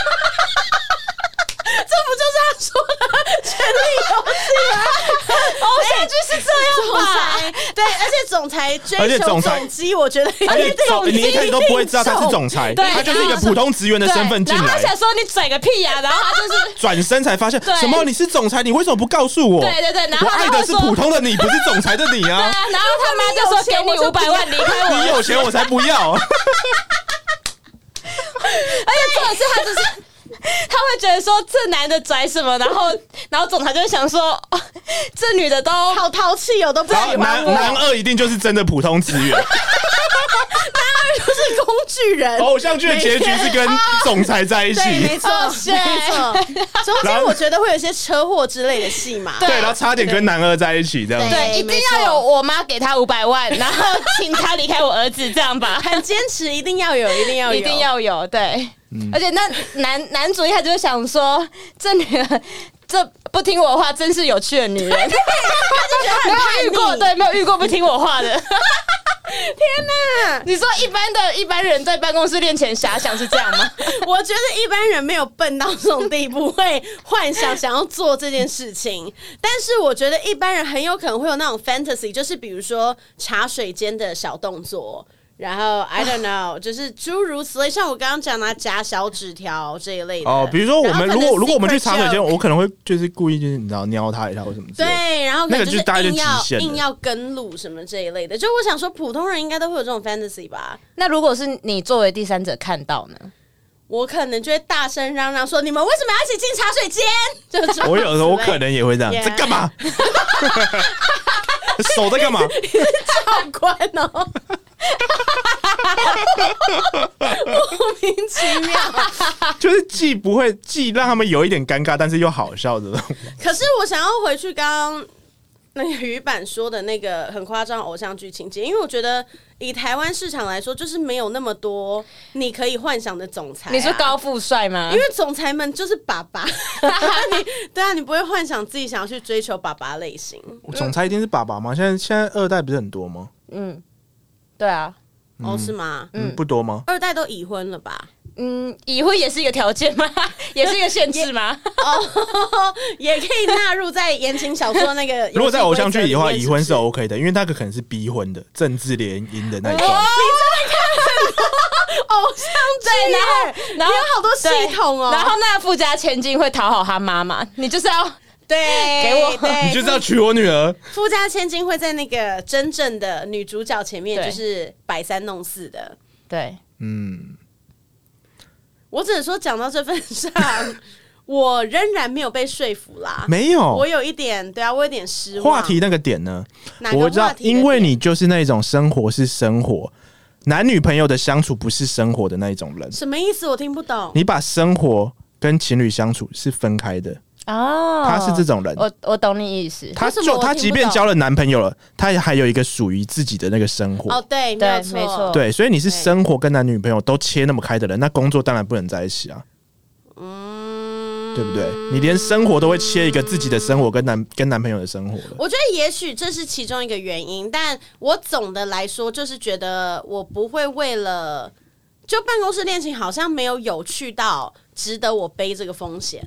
这不就是他说的权力游戏吗？ 偶像剧是这样吧？ 对，而且总裁追求总机，我觉得你一开始都不会知道他是总裁，他就是一个普通职员的身份进来。 然后他想说你拽个屁呀，然后他就是转身才发现什么？你是总裁，你为什么不告诉我？ 对，然后我爱的是普通的你，不是总裁的你啊。 对啊，然后他妈就说给你500万离开我， 你有钱我才不要。 而且重点是他只是。他会觉得说这男的拽什么，然后总裁就会想说，这女的都好淘气哦，都不喜欢我。 男二一定就是真的普通职员，男二就是工具人。 偶像剧的结局是跟总裁在一起， 没错。中间我觉得会有一些车祸之类的戏嘛， 对，然后差点跟男二在一起这样。 对，一定要有我妈给他500万，然后请他离开我儿子，这样吧。 很坚持，一定要有， 对。而且那男主一开始就想说，这女人这不听我话，真是有趣的女人。他就觉得很叛逆， 没有遇过不听我话的。 天哪！ 你说一般人在办公室恋情遐想是这样吗？ 我觉得一般人没有笨到这种地步，会幻想想要做这件事情。但是我觉得一般人很有可能会有那种 fantasy， 就是比如说茶水间的小动作。然后 I don't know， 就是诸如此类，像我刚刚讲的夹小纸条这一类的。 哦，比如说我们如果我们去茶水间，我可能会就是故意就是你知道瞄他一下或什么之类的。 对，然后可能就是硬要跟路什么这一类的。就我想说，普通人应该都会有这种 fantasy 吧？ 那如果是你作为第三者看到呢？ 我可能就会大声嚷嚷说：“你们为什么要一起进茶水间？”就我有时候我可能也会这样，在干嘛？手在干嘛？ 教官哦。莫名其妙， 就是既让他们有一点尴尬，但是又好笑的。 可是我想要回去刚刚那个鱼板说的那个很夸张偶像剧情节，因为我觉得以台湾市场来说，就是没有那么多你可以幻想的总裁、 你说高富帅吗？ 因为总裁们就是爸爸，对啊，你不会幻想自己想要去追求爸爸类型。 总裁一定是爸爸吗？现在二代不是很多吗？ 对啊， 是吗？ 不多吗？ 二代都已婚了吧？ 已婚也是一个条件吗？也是一个限制吗？ 也可以纳入在言情小说那个。 如果在偶像剧里的话，已婚是 OK 的，因为那个可能是逼婚的，政治联姻的那种。 你真的看很多偶像剧，然后有好多系统哦。 然后那个富家千金会讨好他妈妈，你就是要对给我， 你就是要娶我女儿。 富家千金会在那个真正的女主角前面，就是摆三弄四的。 对， 我只能说，讲到这份上，我仍然没有被说服啦。 没有， 我有一点，对啊，我有点失望。 话题那个点呢？我知道， 哪个话题？ 因为你就是那种生活是生活，男女朋友的相处不是生活的那一种人。 什么意思？我听不懂。 你把生活跟情侣相处是分开的。他是这种人。 我懂你意思。 他即便交了男朋友了，他还有一个属于自己的那个生活。 对，没错， 对，所以你是生活跟男女朋友都切那么开的人，那工作当然不能在一起啊。对不对？你连生活都会切一个自己的生活跟男朋友的生活了。 我觉得也许这是其中一个原因，但我总的来说就是觉得我不会为了就办公室恋情好像没有有趣到值得我背这个风险。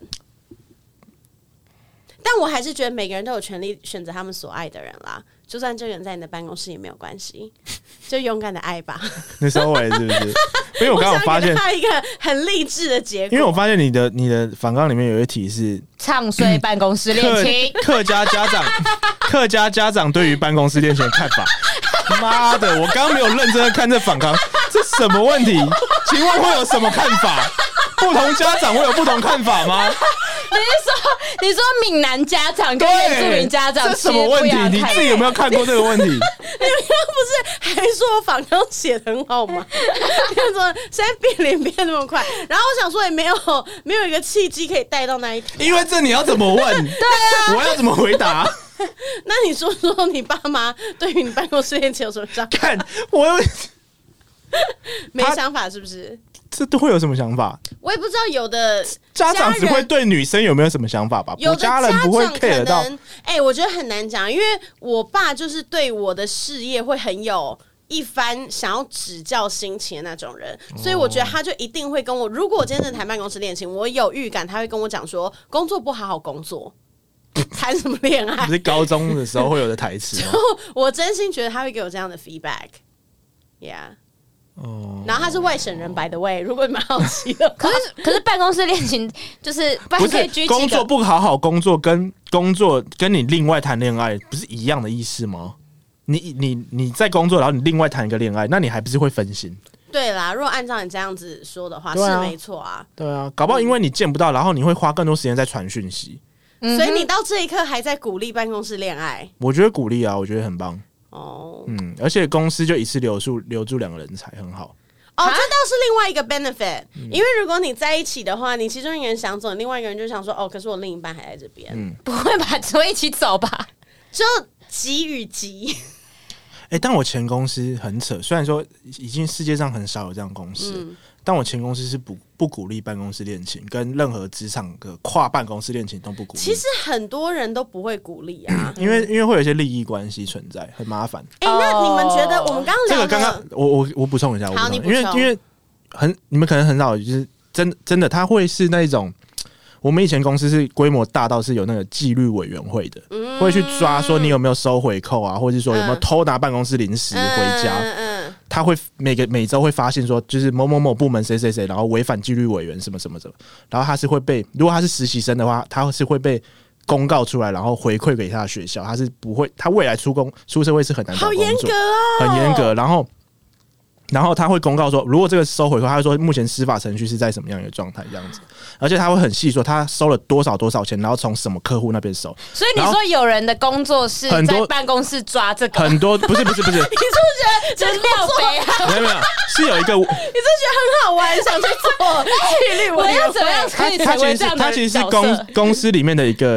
但我还是觉得每个人都有权利选择他们所爱的人啦，就算这个人在你的办公室也没有关系，就勇敢的爱吧。 你收尾是不是？因为我刚好发现他一个很励志的结果。 因为我发现你的访纲里面有一题是唱衰办公室恋情， 客家家长对于办公室恋情的看法。妈的，我刚刚没有认真的看这访纲，这什么问题？请问会有什么看法？不同家长会有不同看法吗？ 你说闽南家长跟原住民家长， 这什么问题？你自己有没有看过这个问题？你们刚刚不是还说我访纲写得很好吗？你说现在变脸变那么快，然后我想说也没有一个契机可以带到那一题。 因为这你要怎么问？对啊，我要怎么回答？ 那你说说你爸妈对于你办公室恋情有什么想法？ 看我没想法是不是？ 这都会有什么想法？ 我也不知道，有的家长只会对女生有没有什么想法吧？ 有的家人不会 care 到。 我觉得很难讲，因为我爸就是对我的事业会很有一番想要指教心情的那种人，所以我觉得他就一定会跟我，如果我今天在谈办公室恋情，我有预感他会跟我讲说，工作不好好工作。谈什么恋爱？ 不是高中的时候会有的台词吗？ 我真心觉得他会给我这样的 feedback，yeah。然后他是外省人 ，by the way， 如果你们好奇的话， 可是办公室恋情就是不是工作不好好工作，跟工作跟你另外谈恋爱不是一样的意思吗？你在工作，然后你另外谈一个恋爱，那你还不是会分心？ 对啦，如果按照你这样子说的话，是没错啊。 对啊，搞不好因为你见不到，然后你会花更多时间在传讯息。 所以你到这一刻还在鼓励办公室恋爱？ 我觉得鼓励啊，我觉得很棒。而且公司就一次留住2个人才很好。 这倒是另外一个 benefit，因为如果你在一起的话，你其中一个人想走，另外一个人就想说，可是我另一半还在这边， 不会吧？只会一起走吧？ 就急与急。 但我前公司很扯，虽然说已经世界上很少有这样的公司，但我前公司是不鼓励办公室恋情，跟任何职场的跨办公室恋情都不鼓励。 其实很多人都不会鼓励啊， 因为会有一些利益关系存在，很麻烦。 那你们觉得我们刚刚聊这个我补充一下， 好，你补充， 因为你们可能很少，就是真的，他会是那一种。我们以前公司是规模大到是有那个纪律委员会的，会去抓说你有没有收回扣啊，或者是说有没有偷拿办公室零食回家。他会每周会发现说，就是某某某部门谁谁谁，然后违反纪律委员什么什么什么，然后他是会被，如果他是实习生的话，他是会被公告出来，然后回馈给他的学校，他是不会，他未来出社会是很难找工作， 好严格哦， 很严格，然后他会公告说，如果这个收回扣，他会说目前司法程序是在什么样的状态这样子，而且他会很细说他收了多少钱，然后从什么客户那边收。 所以你说有人的工作是在办公室抓这个， 很多不是，你是不是觉得就是廖北啊？ 没有，是有一个，你是不是觉得很好玩，想去做纪律委员会？ 我要怎么样可以成为这样的角色？ 他其实是公司里面的一个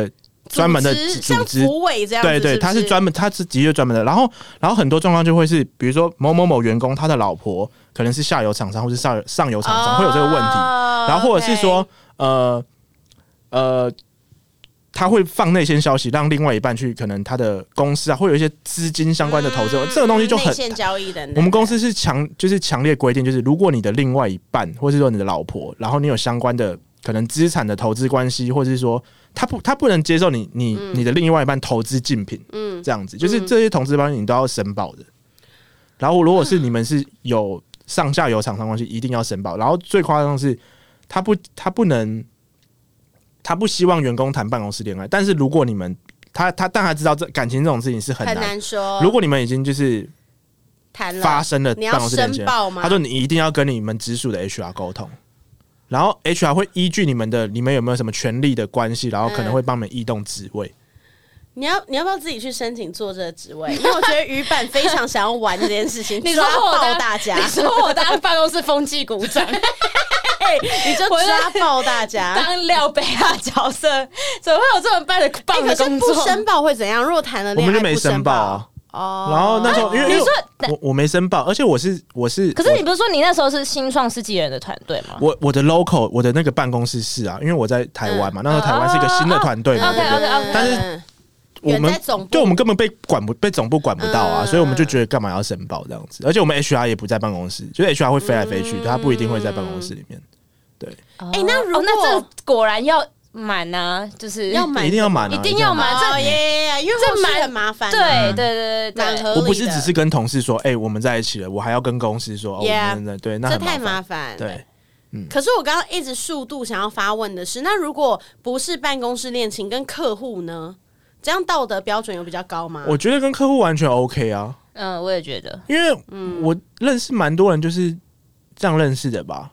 专门的组织组织像福委这样子， 对，他是专门，他是的确专门的。然后很多状况就会是，比如说某某某员工他的老婆可能是下游厂商或是上游厂商，会有这个问题。然后或者是说，他会放内线消息，让另外一半去，可能他的公司啊，会有一些资金相关的投资，这个东西就很内线交易等等。 我们公司是强烈规定，就是如果你的另外一半，或是说你的老婆，然后你有相关的可能资产的投资关系，或者是说他不能接受你的另外一半投资竞品，这样子，就是这些投资关系你都要申报的。然后如果是你们是有上下游厂商关系，一定要申报。然后最夸张的是，他不希望员工谈办公室恋爱，但是如果你们但他知道感情这种事情是很难说。 如果你们已经就是谈了发生了办公室恋情， 他说你一定要跟你们直属的 HR 沟通，然后 HR 会依据你们有没有什么权利的关系，然后可能会帮你们异动职位。 你要不要自己去申请做这个职位？因为我觉得鱼板非常想要玩这件事情， 你说抓爆大家， 你说我当办公室风纪股长。 你就抓爆大家， 当廖北亚角色，怎么会有这么棒的工作？ 可是不申报会怎样？如果谈了恋爱， 我们就没申报啊。然后那时候因为我没申报，而且我是， 可是你不是说你那时候是新创10几人的团队吗？ 我的 local 我的那个办公室是啊，因为我在台湾嘛，那时候台湾是一个新的团队嘛，但是我们根本被总部管不到啊，所以我们就觉得干嘛要申报这样子？而且我们 HR 也不在办公室，就是 HR 会飞来飞去，他不一定会在办公室里面。对， 那如果那这果然要满啊，就是要满， 一定要满， 一定要满， 因为这蛮很麻烦。 对， 蛮合理的。 我不是只是跟同事说，我们在一起了，我还要跟公司说，对，那这太麻烦。 对。 可是我刚刚一直速度想要发问的是，那如果不是办公室恋情，跟客户呢？这样道德标准有比较高吗？ 我觉得跟客户完全 OK 啊。 我也觉得， 因为我认识蛮多人就是这样认识的吧。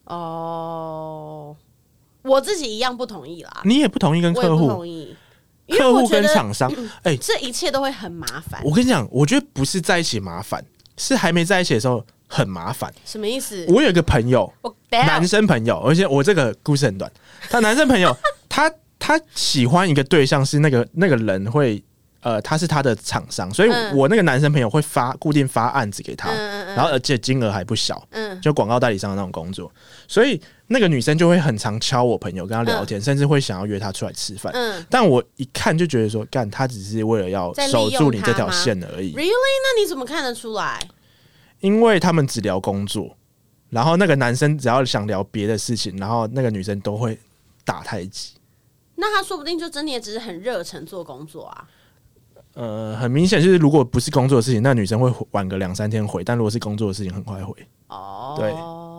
我自己一样不同意啦。 你也不同意跟客户？ 我也不同意。 客户跟厂商， 这一切都会很麻烦。 我跟你讲，我觉得不是在一起麻烦，是还没在一起的时候很麻烦。 什么意思？ 我有一个朋友，男生朋友，而且我这个故事很短。他男生朋友，他喜欢一个对象是那个人会。他是他的厂商，所以我那个男生朋友会固定发案子给他，然后而且金额还不小，就广告代理商的那种工作，所以那个女生就会很常敲我朋友跟他聊天，甚至会想要约他出来吃饭。但我一看就觉得说，干，他只是为了要守住你这条线而已。 Really？ 那你怎么看得出来？ 因为他们只聊工作，然后那个男生只要想聊别的事情，然后那个女生都会打太极。 那他说不定就真的也只是很热忱做工作啊。 很明显就是，如果不是工作的事情，那女生会晚个2-3天回；但如果是工作的事情，很快回。对，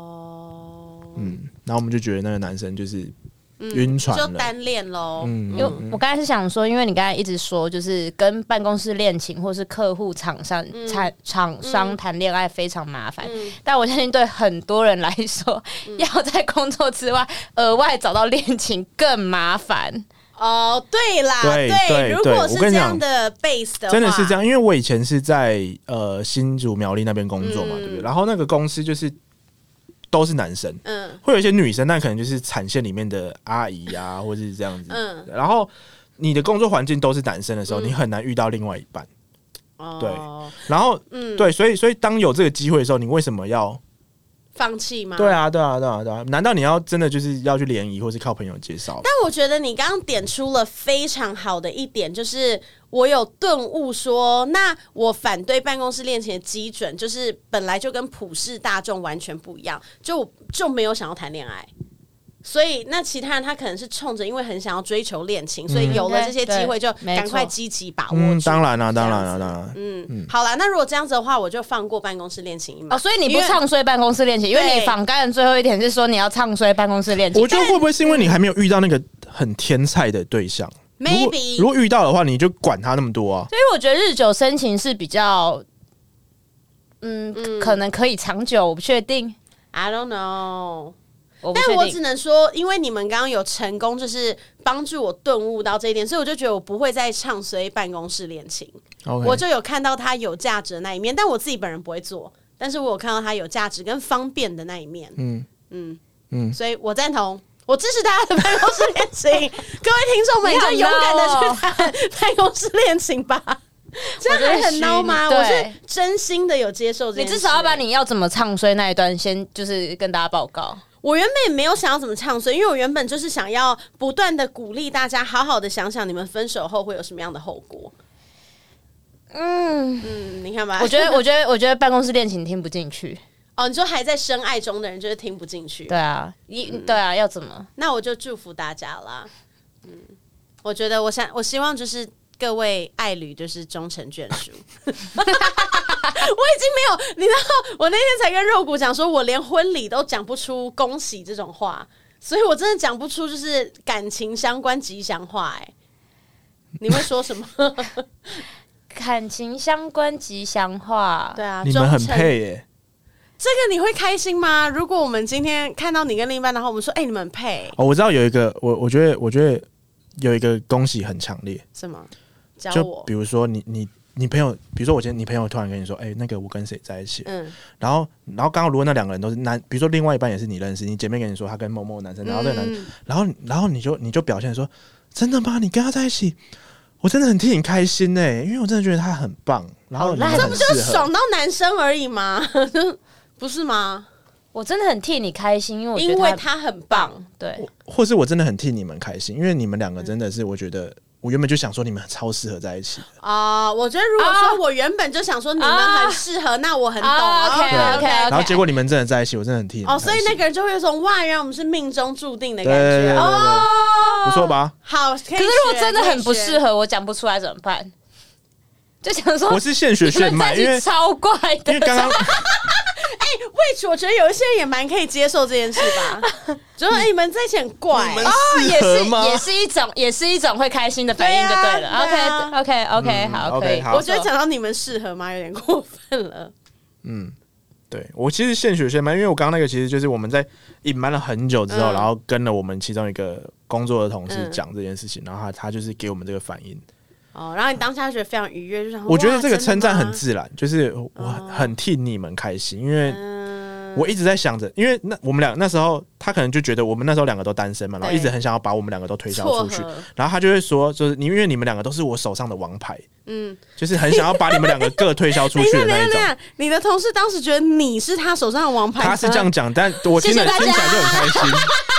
然后我们就觉得那个男生就是晕船了， 就单恋喽。 因为我刚才是想说，因为你刚才一直说，就是跟办公室恋情或是客户厂商谈恋爱非常麻烦，但我相信对很多人来说，要在工作之外额外找到恋情更麻烦。 对啦，对，如果是这样的 base 的话， 真的是这样。因为我以前是在新竹苗栗那边工作嘛，对不对？然后那个公司就是都是男生，会有一些女生，但可能就是产线里面的阿姨啊，或者是这样子。然后你的工作环境都是男生的时候，你很难遇到另外一半。对，然后对，所以当有这个机会的时候，你为什么要放弃吗？ 对啊，难道你要真的就是要去联谊，或是靠朋友介绍？ 但我觉得你刚刚点出了非常好的一点，就是我有顿悟说，那我反对办公室恋情的基准，就是本来就跟普世大众完全不一样，就没有想要谈恋爱。所以那其他人他可能是冲着因为很想要追求恋情，所以有了这些机会就赶快积极把握住。 当然了。 好啦，那如果这样子的话，我就放过办公室恋情一马。 所以你不唱衰办公室恋情，因为你访谈的最后一点是说你要唱衰办公室恋情。 我觉得会不会是因为你还没有遇到那个很天才的对象 ？Maybe 如果遇到的话，你就管他那么多啊。 所以我觉得日久生情是比较，可能可以长久，我不确定。 I don't know。但我只能说，因为你们刚刚有成功，就是帮助我顿悟到这一点，所以我就觉得我不会再唱衰办公室恋情。我就有看到他有价值的那一面，但我自己本人不会做，但是我有看到他有价值跟方便的那一面。所以我赞同。 我支持大家的办公室恋情，各位听众们，你就勇敢的去谈办公室恋情吧。这样还很孬吗？我是真心的有接受这件事， 你至少要把你要怎么唱衰那一段先就是跟大家报告。 我原本也没有想要怎么唱衰，因为我原本就是想要不断的鼓励大家好好的想想你们分手后会有什么样的后果。你看吧， 我觉得办公室恋情听不进去。 哦，你说还在深爱中的人就是听不进去。 对啊，对啊，要怎么？ 那我就祝福大家啦。我觉得我希望就是各位爱侣就是终成眷属。我已经没有，你知道，我那天才跟肉骨讲说，我连婚礼都讲不出恭喜这种话，所以我真的讲不出就是感情相关吉祥话。你会说什么？ 感情相关吉祥话， 对啊， 你们很配耶。 这个你会开心吗？如果我们今天看到你跟另一半，然后我们说，你们很配。 我知道有一个，我觉得有一个恭喜很强烈。 什么？教就我。 比如说你朋友，比如说我今天你朋友突然跟你说，那个我跟谁在一起，然后刚好如果那两个人都是男，比如说另外一半也是你认识，你姐妹跟你说她跟某某男生，然后这个男，然后你就表现说，真的吗？你跟他在一起？我真的很替你开心因为我真的觉得他很棒，然后这不就是爽到男生而已吗？不是吗？ 我真的很替你开心，因为我觉得他很棒。 对， 或是我真的很替你们开心，因为你们两个真的是，我觉得我原本就想说你们超适合在一起我觉得如果说我原本就想说你们很适合，那我很懂。OK， 然后结果你们真的在一起，我真的很替你们开心。 所以那个人就会有种哇，原来我们是命中注定的感觉。 不错吧？ 好，可是如果真的很不适合，我讲不出来怎么办？就想说我是现学现卖，因为超怪的。 因为刚刚 which 我觉得有一些人也蛮可以接受这件事吧，就说你们在一起很怪， 也是一种会开心的反应就对了。OK， 好，可以。 我觉得讲到你们适合吗，有点过分了。 对，我其实现学现卖，因为我刚刚那个其实就是我们在隐瞒了很久之后，然后跟了我们其中一个工作的同事讲这件事情，然后他就是给我们这个反应。 然后你当下觉得非常愉悦，就想我觉得这个称赞很自然，就是我很替你们开心，因为我一直在想着，因为我们俩那时候他可能就觉得我们那时候两个都单身嘛，然后一直很想要把我们两个都推销出去，然后他就会说，就是因为你们两个都是我手上的王牌，就是很想要把你们两个各推销出去的那一种。 你的同事当时觉得你是他手上的王牌， 他是这样讲，但我听起来就很开心。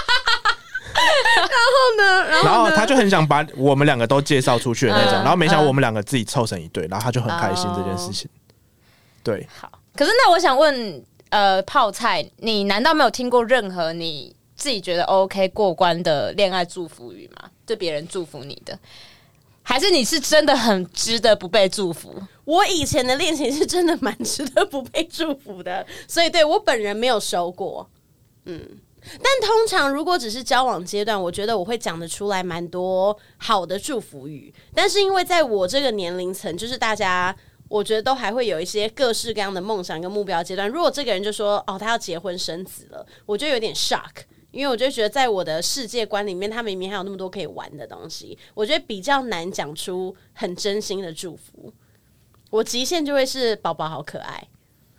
然后他就很想把我们两个都介绍出去的那种，然后没想到我们两个自己凑成一对，然后他就很开心这件事情。对， 好，可是那我想问，泡菜，你难道没有听过任何你自己觉得 OK 过关的恋爱祝福语吗？对别人祝福你的，还是你是真的很值得不被祝福？ 我以前的恋情是真的蛮值得不被祝福的，所以对我本人没有收过。但通常如果只是交往阶段，我觉得我会讲得出来蛮多好的祝福语。但是因为在我这个年龄层，就是大家我觉得都还会有一些各式各样的梦想跟目标阶段。如果这个人就说他要结婚生子了，我就有点 shock， 因为我就觉得在我的世界观里面，他明明还有那么多可以玩的东西，我觉得比较难讲出很真心的祝福。我极限就会是宝宝好可爱。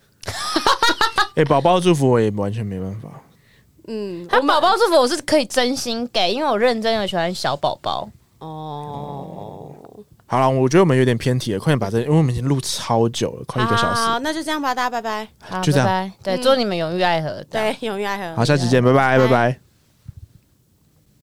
宝宝祝福我也完全没办法。 他宝宝祝福我是可以真心给，因为我认真的喜欢小宝宝。 好了，我觉得我们有点偏题了，快点把因为我们已经录超久了，快1个小时。 好，那就这样吧，大家拜拜。 好，就这样。对，祝你们永浴爱河。 对，永浴爱河。 好，下期见，拜拜，拜拜。